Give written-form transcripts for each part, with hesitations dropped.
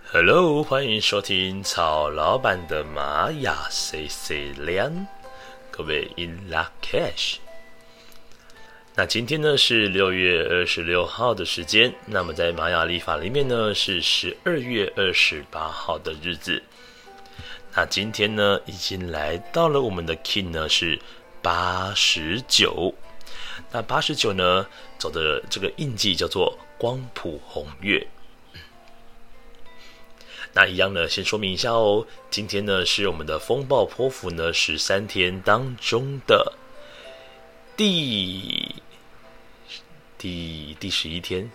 Hello，欢迎收听曹老板的玛雅 CC 量，各位 in la cash。那今天呢是6月26号的时间，那么在玛雅历法里面呢是12月28号的日子。那今天呢已经来到了我们的 King 呢是89，那89呢走的这个印记叫做光谱红月。那一样呢，先说明一下哦。今天呢是我们的风暴波符呢13天当中的第11天，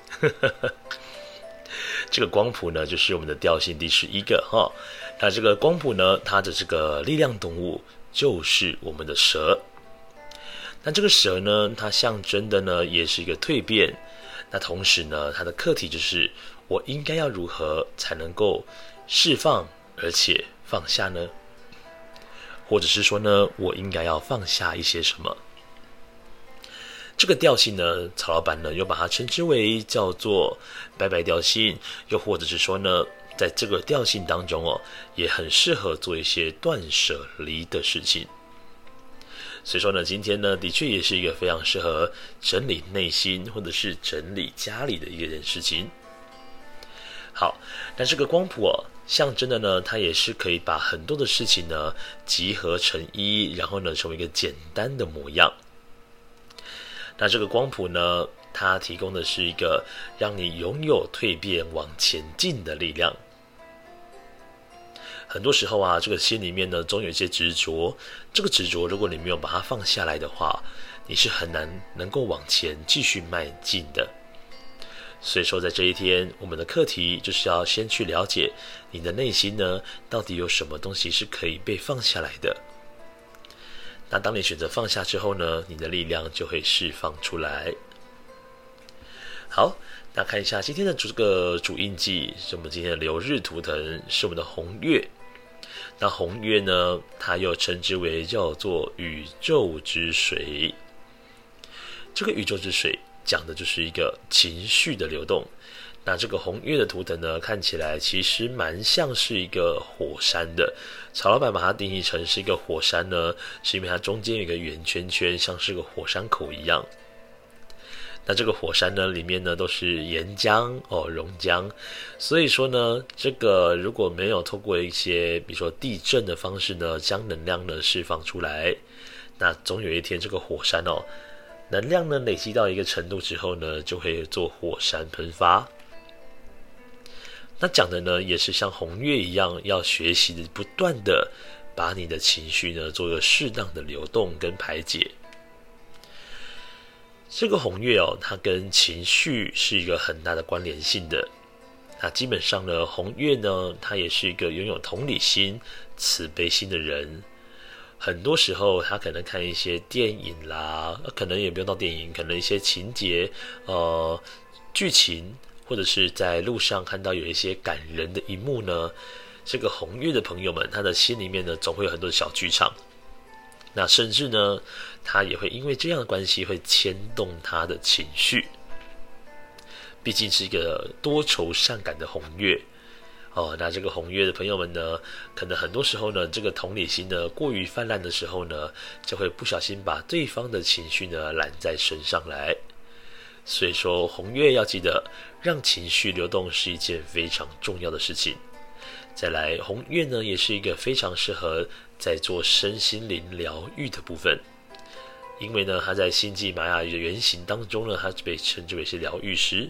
这个光谱呢就是我们的调性第11个哈。那这个光谱呢，它的这个力量动物就是我们的蛇。那这个蛇呢，它象征的呢也是一个蜕变。那同时呢，它的课题就是我应该要如何才能够释放而且放下呢？或者是说呢，我应该要放下一些什么？这个调性呢，曹老板呢又把它称之为叫做拜拜调性，又或者是说呢，在这个调性当中哦，也很适合做一些断舍离的事情。所以说呢，今天呢，的确也是一个非常适合整理内心或者是整理家里的一件事情。好，那这个光谱哦，象征的呢，它也是可以把很多的事情呢集合成一，然后呢成为一个简单的模样。那这个光谱呢，它提供的是一个让你拥有蜕变往前进的力量。很多时候啊，这个心里面呢，总有一些执着。这个执着，如果你没有把它放下来的话，你是很难能够往前继续迈进的。所以说，在这一天，我们的课题就是要先去了解你的内心呢，到底有什么东西是可以被放下来的。那当你选择放下之后呢，你的力量就会释放出来。好，那看一下今天的这个主印记，是我们今天的流日图腾，是我们的红月。那红月呢，它又称之为叫做宇宙之水。这个宇宙之水讲的就是一个情绪的流动。那这个红月的图腾呢，看起来其实蛮像是一个火山的。曹老板把它定义成是一个火山呢，是因为它中间有一个圆圈圈，像是个火山口一样。那这个火山呢，里面呢都是岩浆熔浆，所以说呢，这个如果没有透过一些比如说地震的方式呢，将能量呢释放出来，那总有一天这个火山能量呢累积到一个程度之后呢，就会做火山喷发。那讲的呢，也是像红月一样，要学习的不断的把你的情绪呢做个适当的流动跟排解。这个红月它跟情绪是一个很大的关联性的。那基本上呢，红月呢，它也是一个拥有同理心、慈悲心的人。很多时候，他可能看一些电影啦，可能也不用到电影，可能一些情节、剧情，或者是在路上看到有一些感人的一幕呢，这个红月的朋友们，他的心里面呢，总会有很多的小剧场。那甚至呢，他也会因为这样的关系会牵动他的情绪。毕竟是一个多愁善感的红月那这个红月的朋友们呢，可能很多时候呢，这个同理心呢过于泛滥的时候呢，就会不小心把对方的情绪呢揽在身上来。所以说，红月要记得让情绪流动是一件非常重要的事情。再来，红月呢也是一个非常适合在做身心灵疗愈的部分，因为呢，他在星际玛雅的原型当中呢，他被称之为是疗愈师。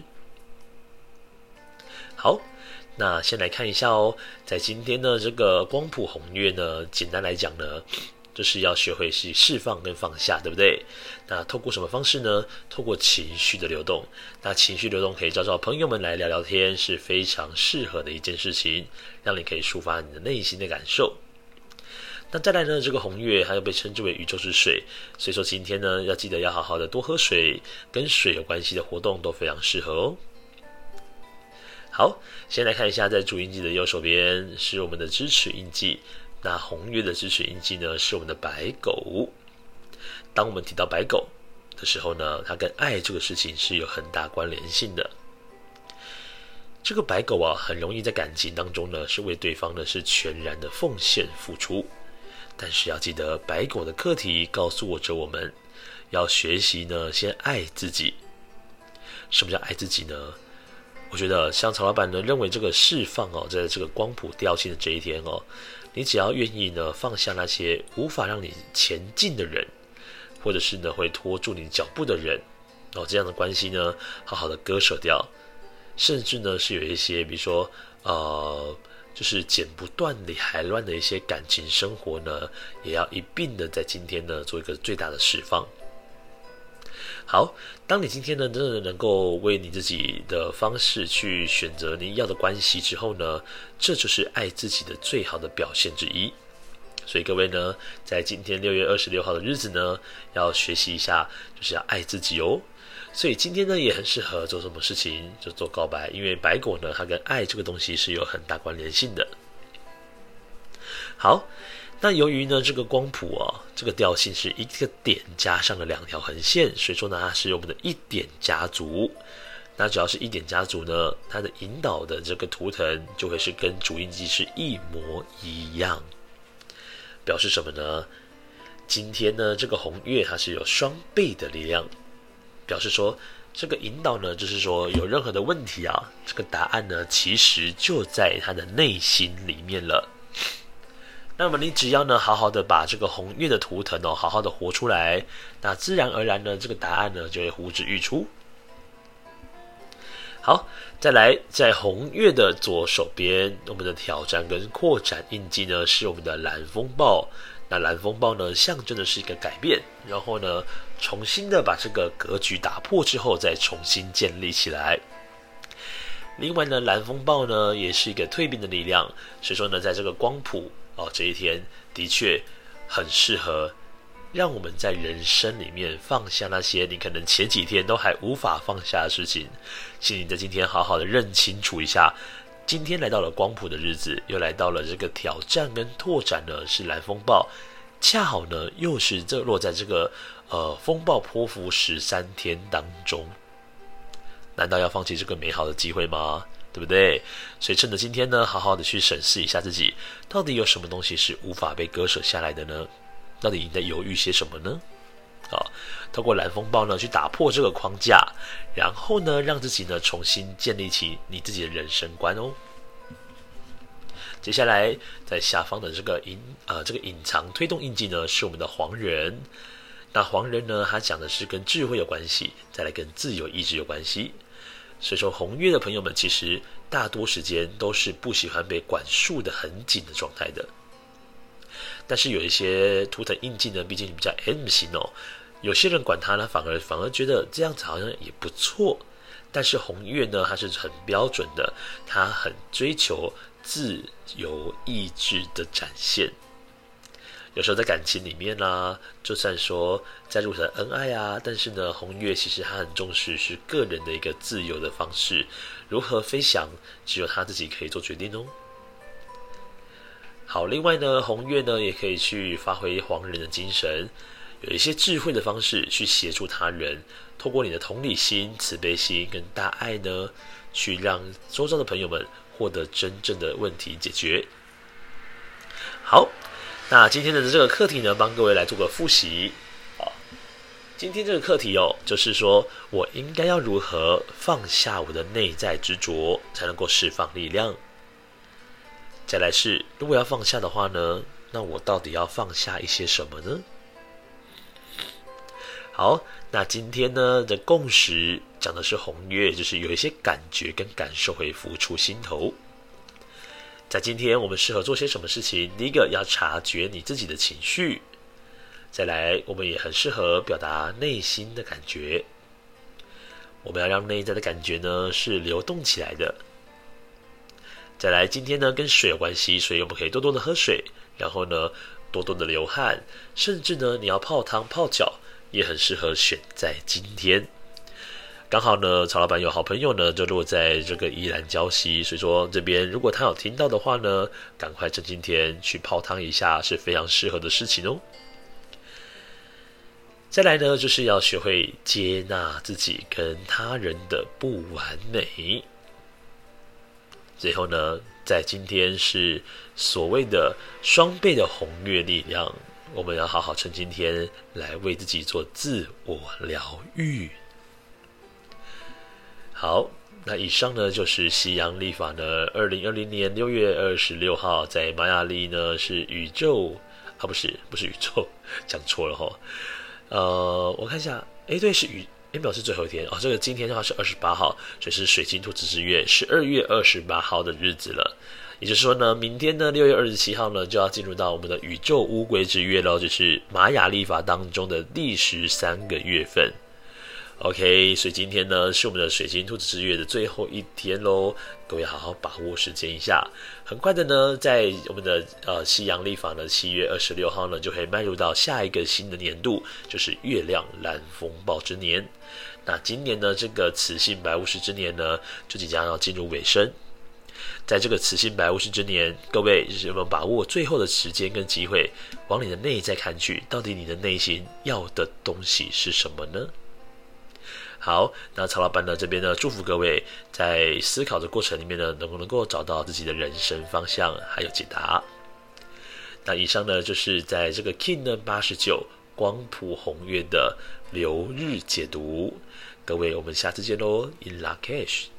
好，那先来看一下在今天呢这个光谱红月呢，简单来讲呢，就是要学会去释放跟放下，对不对？那透过什么方式呢？透过情绪的流动。那情绪流动可以找朋友们来聊聊天，是非常适合的一件事情，让你可以抒发你的内心的感受。那再来呢，这个红月它又被称之为宇宙之水，所以说今天呢，要记得要好好的多喝水，跟水有关系的活动都非常适合哦。好，先来看一下，在主印记的右手边是我们的支持印记。那红月的支持印记呢，是我们的白狗。当我们提到白狗的时候呢，它跟爱这个事情是有很大关联性的。 这个白狗啊，很容易在感情当中呢，是为对方呢是全然的奉献付出。但是要记得，白狗的课题告诉着我们，要学习呢，先爱自己。什么叫爱自己呢？我觉得像曹老板呢认为这个释放哦，在这个光谱调性的这一天哦，你只要愿意呢放下那些无法让你前进的人，或者是呢会拖住你脚步的人哦，这样的关系呢，好好的割舍掉。甚至呢是有一些比如说就是剪不断理还乱的一些感情生活呢，也要一并的在今天呢做一个最大的释放。好，当你今天呢真的能够为你自己的方式去选择你要的关系之后呢，这就是爱自己的最好的表现之一。所以各位呢，在今天6月26号的日子呢，要学习一下，就是要爱自己哦。所以今天呢也很适合做什么事情，就做告白，因为白狗呢它跟爱这个东西是有很大关联性的。好，那由于呢这个光谱这个调性是一个点加上了2条横线，所以说呢它是我们的一点家族。那只要是一点家族呢，它的引导的这个图腾就会是跟主印记是一模一样。表示什么呢？今天呢这个红月它是有双倍的力量，表示说这个引导呢，就是说有任何的问题啊，这个答案呢其实就在他的内心里面了。那么你只要呢好好的把这个红月的图腾好好的活出来，那自然而然呢这个答案呢就会呼之欲出。好，再来在红月的左手边，我们的挑战跟扩展印记呢是我们的蓝风暴。那蓝风暴呢象征的是一个改变，然后呢重新的把这个格局打破之后再重新建立起来。另外呢蓝风暴呢也是一个蜕变的力量，所以说呢在这个光谱这一天的确很适合让我们在人生里面放下那些你可能前几天都还无法放下的事情，请你在今天好好的认清楚一下，今天来到了光谱的日子，又来到了这个挑战跟拓展呢是蓝风暴，恰好呢又是落在这个风暴波符13天当中，难道要放弃这个美好的机会吗？对不对？所以趁着今天呢，好好的去审视一下自己，到底有什么东西是无法被割舍下来的呢？到底你在犹豫些什么呢？透过蓝风暴呢去打破这个框架，然后呢让自己呢重新建立起你自己的人生观哦。接下来在下方的这个隐藏推动印记呢是我们的黄人。那黄人呢它讲的是跟智慧有关系，再来跟自由意志有关系。所以说红月的朋友们其实大多时间都是不喜欢被管束的很紧的状态的。但是有一些图腾印记呢毕竟比较 M 型有些人管它呢反而觉得这样子好像也不错。但是红月呢它是很标准的，它很追求自由意志的展现。有时候在感情里面就算说在入的恩爱但是呢红月其实他很重视是个人的一个自由的方式，如何飞翔只有他自己可以做决定哦。好，另外呢红月呢也可以去发挥黄人的精神，有一些智慧的方式去协助他人，透过你的同理心、慈悲心跟大爱呢，去让周遭的朋友们获得真正的问题解决。好，那今天的这个课题呢，帮各位来做个复习。今天这个课题就是说我应该要如何放下我的内在执着，才能够释放力量。再来是，如果要放下的话呢，那我到底要放下一些什么呢？好，那今天呢的共识讲的是红月，就是有一些感觉跟感受会浮出心头。在今天我们适合做些什么事情？第一个要察觉你自己的情绪，再来我们也很适合表达内心的感觉，我们要让内在的感觉呢是流动起来的。再来今天呢跟水有关系，所以我们可以多多的喝水，然后呢多多的流汗，甚至呢你要泡汤泡脚也很适合选在今天。刚好呢曹老板有好朋友呢就落在这个宜兰礁溪，所以说这边如果他有听到的话呢，赶快趁今天去泡汤一下是非常适合的事情哦。再来呢就是要学会接纳自己跟他人的不完美。 最后呢，在今天是所谓的双倍的红月力量，我们要好好趁今天来为自己做自我疗愈。好，那以上呢就是西洋历法呢2020年6月26号在玛雅历呢是宇宙不是宇宙，讲错了齁。我看一下，对，是表示最后一天这个今天的话是28号，所以是水晶兔子之月12月28号的日子了。也就是说呢，明天呢6月27号呢就要进入到我们的宇宙乌龟之月咯，就是玛雅历法当中的第13个月份。OK， 所以今天呢是我们的水晶兔子之月的最后一天咯，各位好好把握时间一下。很快的呢，在我们的西洋历法呢7月26号呢就会迈入到下一个新的年度，就是月亮蓝风暴之年。那今年呢这个雌性白巫师之年呢就即将要进入尾声。在这个雌性白巫师之年，各位有没有把握最后的时间跟机会，往你的内在看去，到底你的内心要的东西是什么呢？好，那曹老板呢这边呢祝福各位在思考的过程里面呢能够找到自己的人生方向还有解答。那以上呢就是在这个 Kin 呢89光谱红月的流日解读，各位我们下次见咯 In Lak'ech。